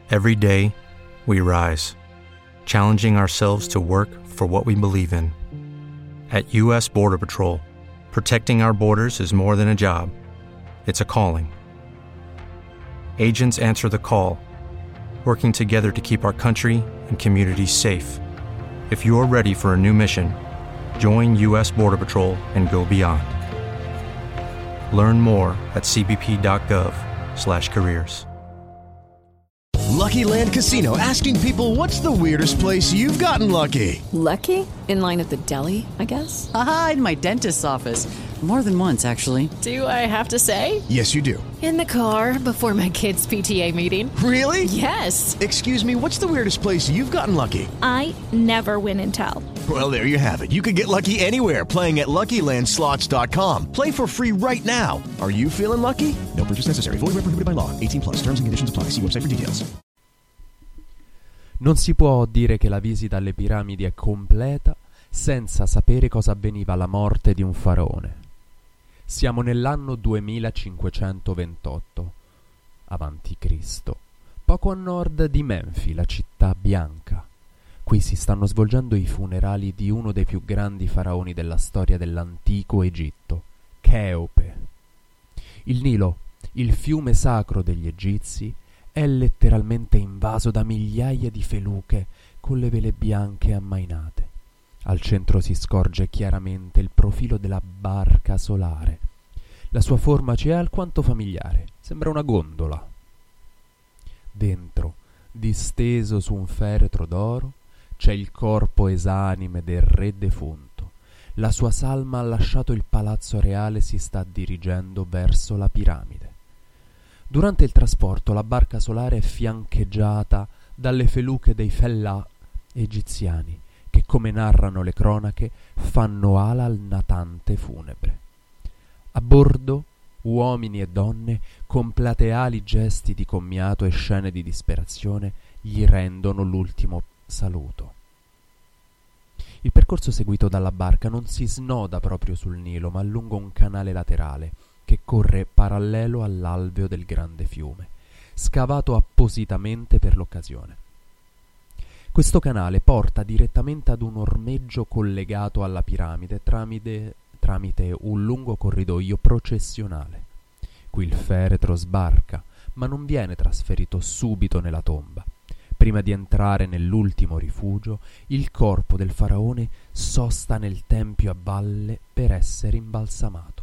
Every day, we rise, challenging ourselves to work for what we believe in. At U.S. Border Patrol, protecting our borders is more than a job. It's a calling. Agents answer the call, working together to keep our country and communities safe. If you're ready for a new mission, join U.S. Border Patrol and go beyond. Learn more at cbp.gov/careers. Lucky Land Casino, asking people, what's the weirdest place you've gotten lucky? Lucky? In line at the deli, I guess? Aha, in my dentist's office. More than once, actually. Do I have to say? Yes, you do. In the car before my kids' PTA meeting. Really? Yes. Excuse me, what's the weirdest place you've gotten lucky? I never win and tell. Well, there you have it. You can get lucky anywhere, playing at LuckyLandSlots.com. Play for free right now. Are you feeling lucky? No purchase necessary. Void where prohibited by law. 18+. Terms and conditions apply. See website for details. Non si può dire che la visita alle piramidi è completa senza sapere cosa avveniva alla morte di un faraone. Siamo nell'anno 2528 avanti Cristo, poco a nord di Menfi, la città bianca. Qui si stanno svolgendo i funerali di uno dei più grandi faraoni della storia dell'antico Egitto, Cheope. Il Nilo, il fiume sacro degli egizi, è letteralmente invaso da migliaia di feluche con le vele bianche ammainate. Al centro si scorge chiaramente il profilo della barca solare. La sua forma ci è alquanto familiare, sembra una gondola. Dentro, disteso su un feretro d'oro, c'è il corpo esanime del re defunto. La sua salma ha lasciato il palazzo reale e si sta dirigendo verso la piramide. Durante il trasporto la barca solare è fiancheggiata dalle feluche dei fellah egiziani che, come narrano le cronache, fanno ala al natante funebre. A bordo, uomini e donne, con plateali gesti di commiato e scene di disperazione, gli rendono l'ultimo saluto. Il percorso seguito dalla barca non si snoda proprio sul Nilo, ma lungo un canale laterale che corre parallelo all'alveo del grande fiume, scavato appositamente per l'occasione. Questo canale porta direttamente ad un ormeggio collegato alla piramide tramite un lungo corridoio processionale. Qui il feretro sbarca, ma non viene trasferito subito nella tomba. Prima di entrare nell'ultimo rifugio, il corpo del faraone sosta nel tempio a valle per essere imbalsamato.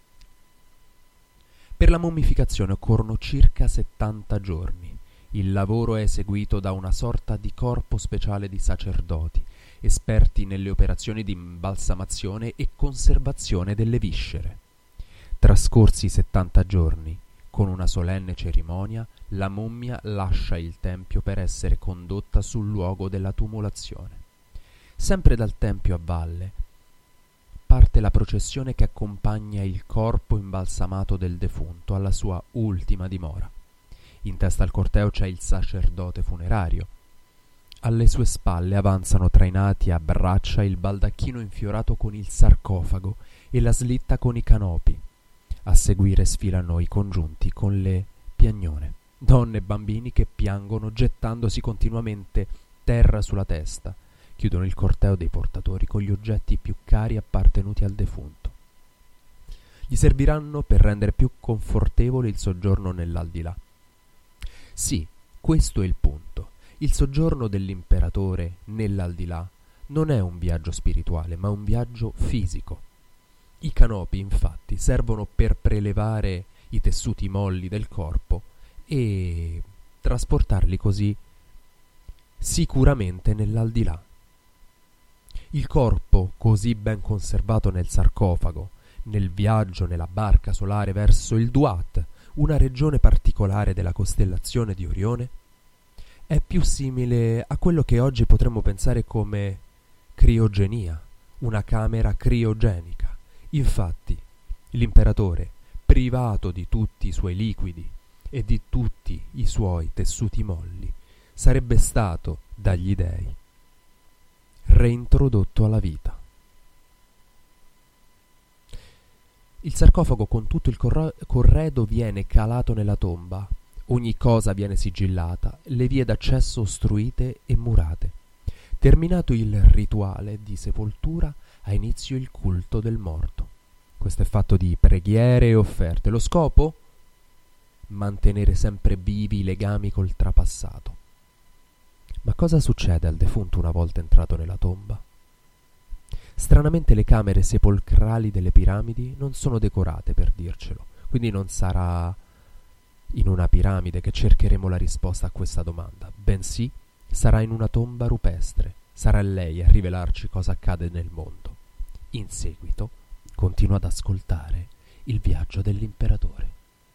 Per la mummificazione occorrono circa 70 giorni. Il lavoro è eseguito da una sorta di corpo speciale di sacerdoti, esperti nelle operazioni di imbalsamazione e conservazione delle viscere. Trascorsi 70 giorni, con una solenne cerimonia, la mummia lascia il tempio per essere condotta sul luogo della tumulazione. Sempre dal tempio a valle parte la processione che accompagna il corpo imbalsamato del defunto alla sua ultima dimora. In testa al corteo c'è il sacerdote funerario. Alle sue spalle avanzano trainati a braccia il baldacchino infiorato con il sarcofago e la slitta con i canopi. A seguire sfilano i congiunti con le piagnone, donne e bambini che piangono gettandosi continuamente terra sulla testa. Chiudono il corteo dei portatori con gli oggetti più cari appartenuti al defunto. Gli serviranno per rendere più confortevole il soggiorno nell'aldilà. Sì, questo è il punto. Il soggiorno dell'imperatore nell'aldilà non è un viaggio spirituale, ma un viaggio fisico. I canopi, infatti, servono per prelevare i tessuti molli del corpo e trasportarli così sicuramente nell'aldilà. Il corpo, così ben conservato nel sarcofago, nel viaggio nella barca solare verso il Duat, una regione particolare della costellazione di Orione, è più simile a quello che oggi potremmo pensare come criogenia, una camera criogenica. Infatti, l'imperatore, privato di tutti i suoi liquidi e di tutti i suoi tessuti molli, sarebbe stato, dagli dei, reintrodotto alla vita. Il sarcofago con tutto il corredo viene calato nella tomba. Ogni cosa viene sigillata, le vie d'accesso ostruite e murate. Terminato il rituale di sepoltura, ha inizio il culto del morto. Questo è fatto di preghiere e offerte. Lo scopo? Mantenere sempre vivi i legami col trapassato. Ma cosa succede al defunto una volta entrato nella tomba? Stranamente le camere sepolcrali delle piramidi non sono decorate, per dircelo, quindi non sarà in una piramide che cercheremo la risposta a questa domanda, bensì sarà in una tomba rupestre. Sarà lei a rivelarci cosa accade nel mondo. In seguito continua ad ascoltare il viaggio dell'imperatore.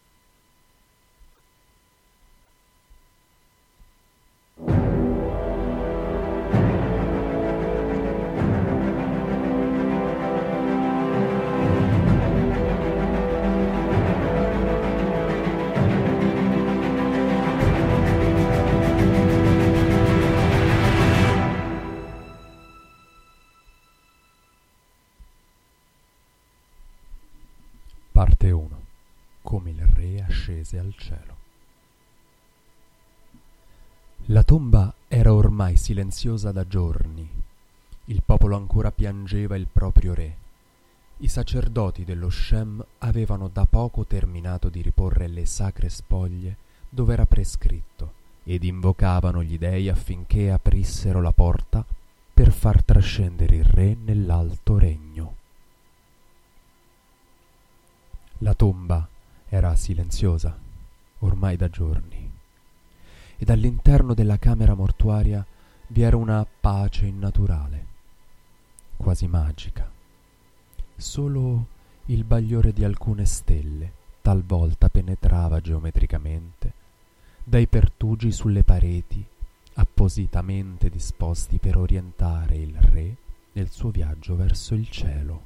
Parte 1. Come il re ascese al cielo. La tomba era ormai silenziosa da giorni. Il popolo ancora piangeva il proprio re. I sacerdoti dello Shem avevano da poco terminato di riporre le sacre spoglie dove era prescritto ed invocavano gli dei affinché aprissero la porta per far trascendere il re nell'alto regno. La tomba era silenziosa, ormai da giorni, ed all'interno della camera mortuaria vi era una pace innaturale, quasi magica. Solo il bagliore di alcune stelle talvolta penetrava geometricamente dai pertugi sulle pareti appositamente disposti per orientare il re nel suo viaggio verso il cielo.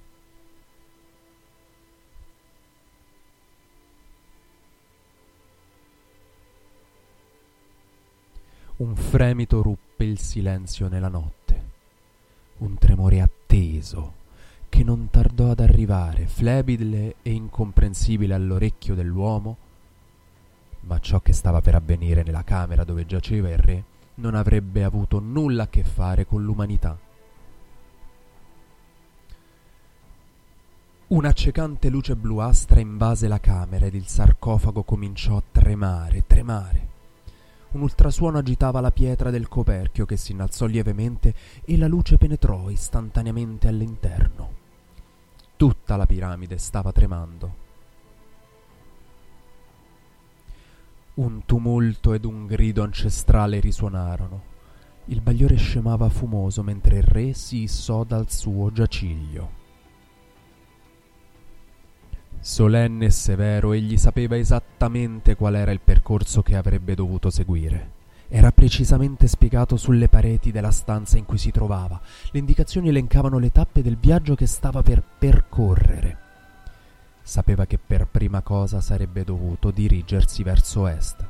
Un fremito ruppe il silenzio nella notte, un tremore atteso che non tardò ad arrivare, flebile e incomprensibile all'orecchio dell'uomo, ma ciò che stava per avvenire nella camera dove giaceva il re non avrebbe avuto nulla a che fare con l'umanità. Un'accecante luce bluastra invase la camera ed il sarcofago cominciò a tremare. Un ultrasuono agitava la pietra del coperchio che si innalzò lievemente e la luce penetrò istantaneamente all'interno. Tutta la piramide stava tremando. Un tumulto ed un grido ancestrale risuonarono. Il bagliore scemava fumoso mentre il re si issò dal suo giaciglio. Solenne e severo, egli sapeva esattamente qual era il percorso che avrebbe dovuto seguire. Era precisamente spiegato sulle pareti della stanza in cui si trovava. Le indicazioni elencavano le tappe del viaggio che stava per percorrere. Sapeva che per prima cosa sarebbe dovuto dirigersi verso est.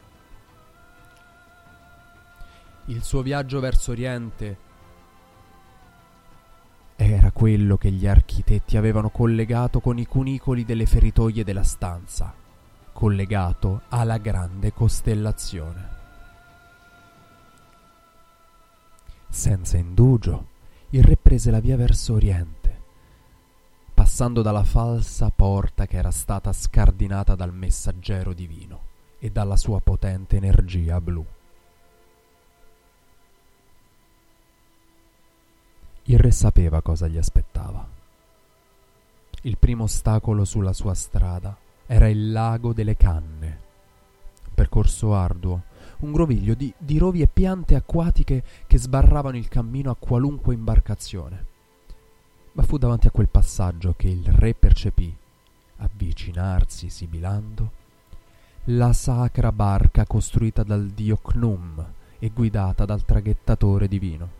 Il suo viaggio verso oriente era quello che gli architetti avevano collegato con i cunicoli delle feritoie della stanza, collegato alla grande costellazione. Senza indugio, il re prese la via verso oriente, passando dalla falsa porta che era stata scardinata dal messaggero divino e dalla sua potente energia blu. Il re sapeva cosa gli aspettava. Il primo ostacolo sulla sua strada era il lago delle canne. Un percorso arduo, un groviglio di rovi e piante acquatiche che sbarravano il cammino a qualunque imbarcazione. Ma fu davanti a quel passaggio che il re percepì, avvicinarsi sibilando, la sacra barca costruita dal dio Khnum e guidata dal traghettatore divino.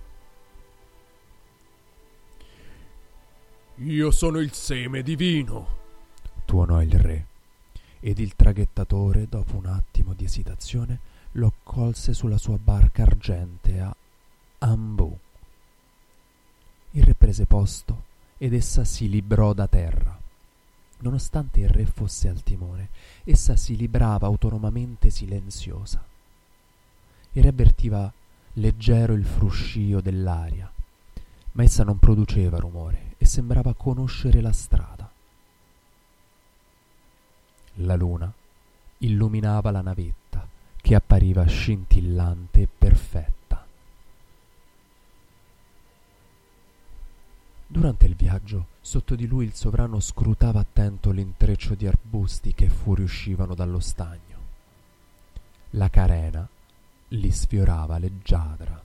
«Io sono il seme divino», tuonò il re, ed il traghettatore, dopo un attimo di esitazione, lo accolse sulla sua barca argentea Ambu. Il re prese posto ed essa si librò da terra. Nonostante il re fosse al timone, essa si librava autonomamente silenziosa. Il re avvertiva leggero il fruscio dell'aria, ma essa non produceva rumore e sembrava conoscere la strada. La luna illuminava la navetta, che appariva scintillante e perfetta. Durante il viaggio, sotto di lui il sovrano scrutava attento l'intreccio di arbusti che fuoriuscivano dallo stagno. La carena li sfiorava leggiadra.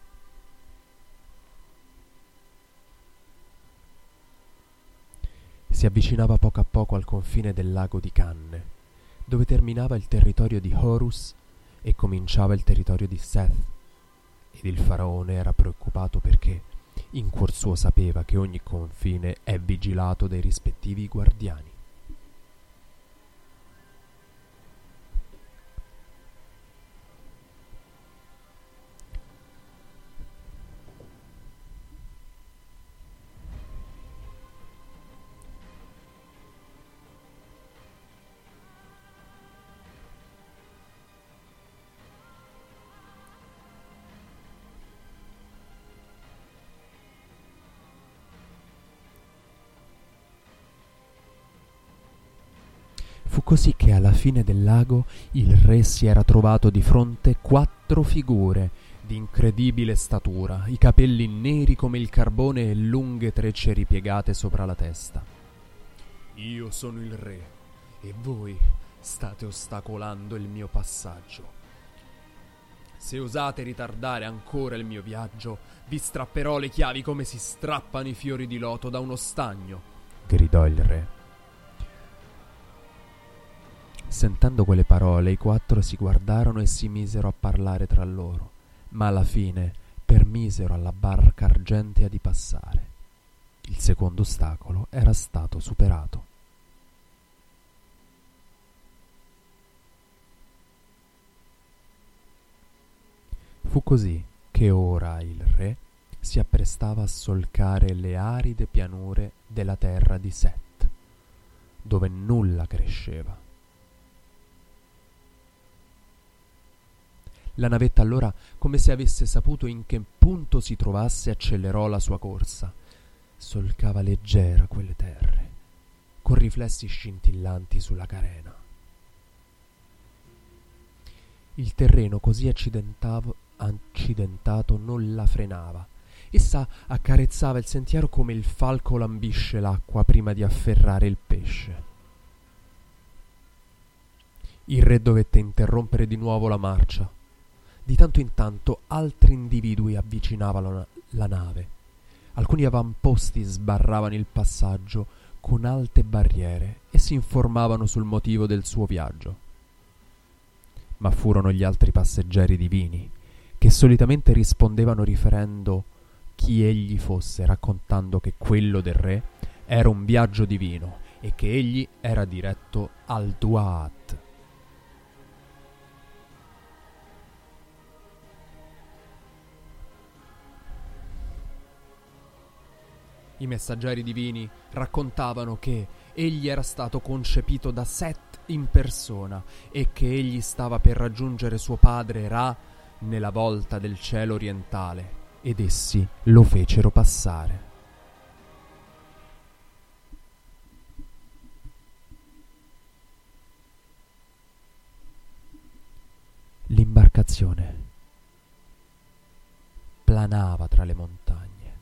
Si avvicinava poco a poco al confine del lago di Canne, dove terminava il territorio di Horus e cominciava il territorio di Seth, ed il faraone era preoccupato perché in cuor suo sapeva che ogni confine è vigilato dai rispettivi guardiani. Fu così che alla fine del lago il re si era trovato di fronte 4 figure di incredibile statura, i capelli neri come il carbone e lunghe trecce ripiegate sopra la testa. Io sono il re e voi state ostacolando il mio passaggio. Se osate ritardare ancora il mio viaggio, vi strapperò le chiavi come si strappano i fiori di loto da uno stagno, gridò il re. Sentendo quelle parole, i 4 si guardarono e si misero a parlare tra loro, ma alla fine permisero alla barca argentea di passare. Il secondo ostacolo era stato superato. Fu così che ora il re si apprestava a solcare le aride pianure della terra di Set, dove nulla cresceva. La navetta allora, come se avesse saputo in che punto si trovasse, accelerò la sua corsa. Solcava leggera quelle terre, con riflessi scintillanti sulla carena. Il terreno così accidentato non la frenava. Essa accarezzava il sentiero come il falco lambisce l'acqua prima di afferrare il pesce. Il re dovette interrompere di nuovo la marcia. Di tanto in tanto altri individui avvicinavano la nave. Alcuni avamposti sbarravano il passaggio con alte barriere e si informavano sul motivo del suo viaggio. Ma furono gli altri passeggeri divini, che solitamente rispondevano riferendo chi egli fosse, raccontando che quello del re era un viaggio divino e che egli era diretto al Duat. I messaggeri divini raccontavano che egli era stato concepito da Set in persona e che egli stava per raggiungere suo padre Ra nella volta del cielo orientale, ed essi lo fecero passare. L'imbarcazione planava tra le montagne.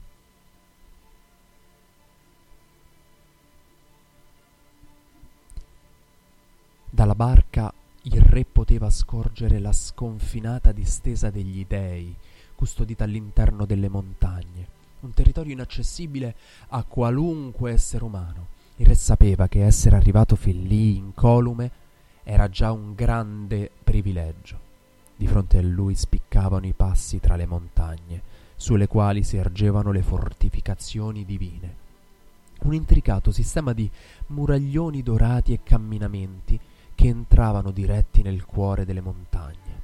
Dalla barca il re poteva scorgere la sconfinata distesa degli dei, custodita all'interno delle montagne, un territorio inaccessibile a qualunque essere umano. Il re sapeva che essere arrivato fin lì, incolume, era già un grande privilegio. Di fronte a lui spiccavano i passi tra le montagne, sulle quali si ergevano le fortificazioni divine. Un intricato sistema di muraglioni dorati e camminamenti che entravano diretti nel cuore delle montagne.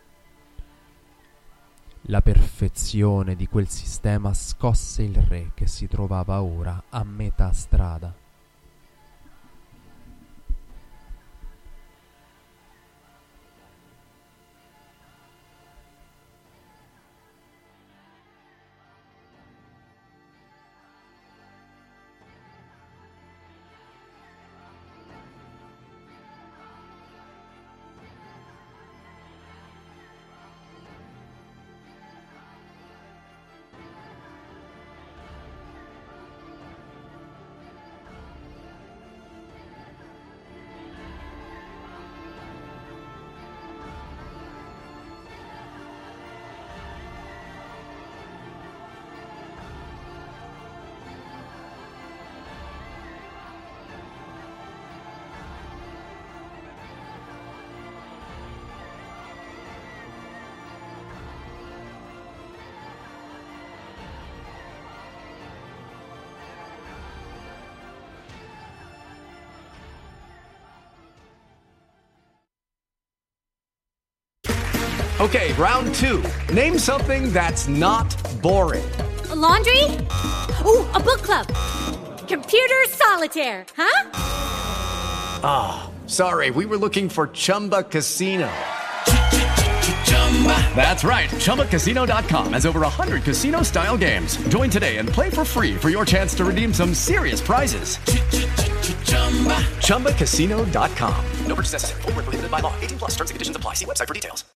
La perfezione di quel sistema scosse il re, che si trovava ora a metà strada. Okay, round two. Name something that's not boring. A laundry? Ooh, a book club. Computer solitaire, huh? Ah, oh, sorry, we were looking for Chumba Casino. That's right, ChumbaCasino.com has over 100 casino-style games. Join today and play for free for your chance to redeem some serious prizes. ChumbaCasino.com. No purchase necessary. Void where prohibited by law. 18+ terms and conditions apply. See website for details.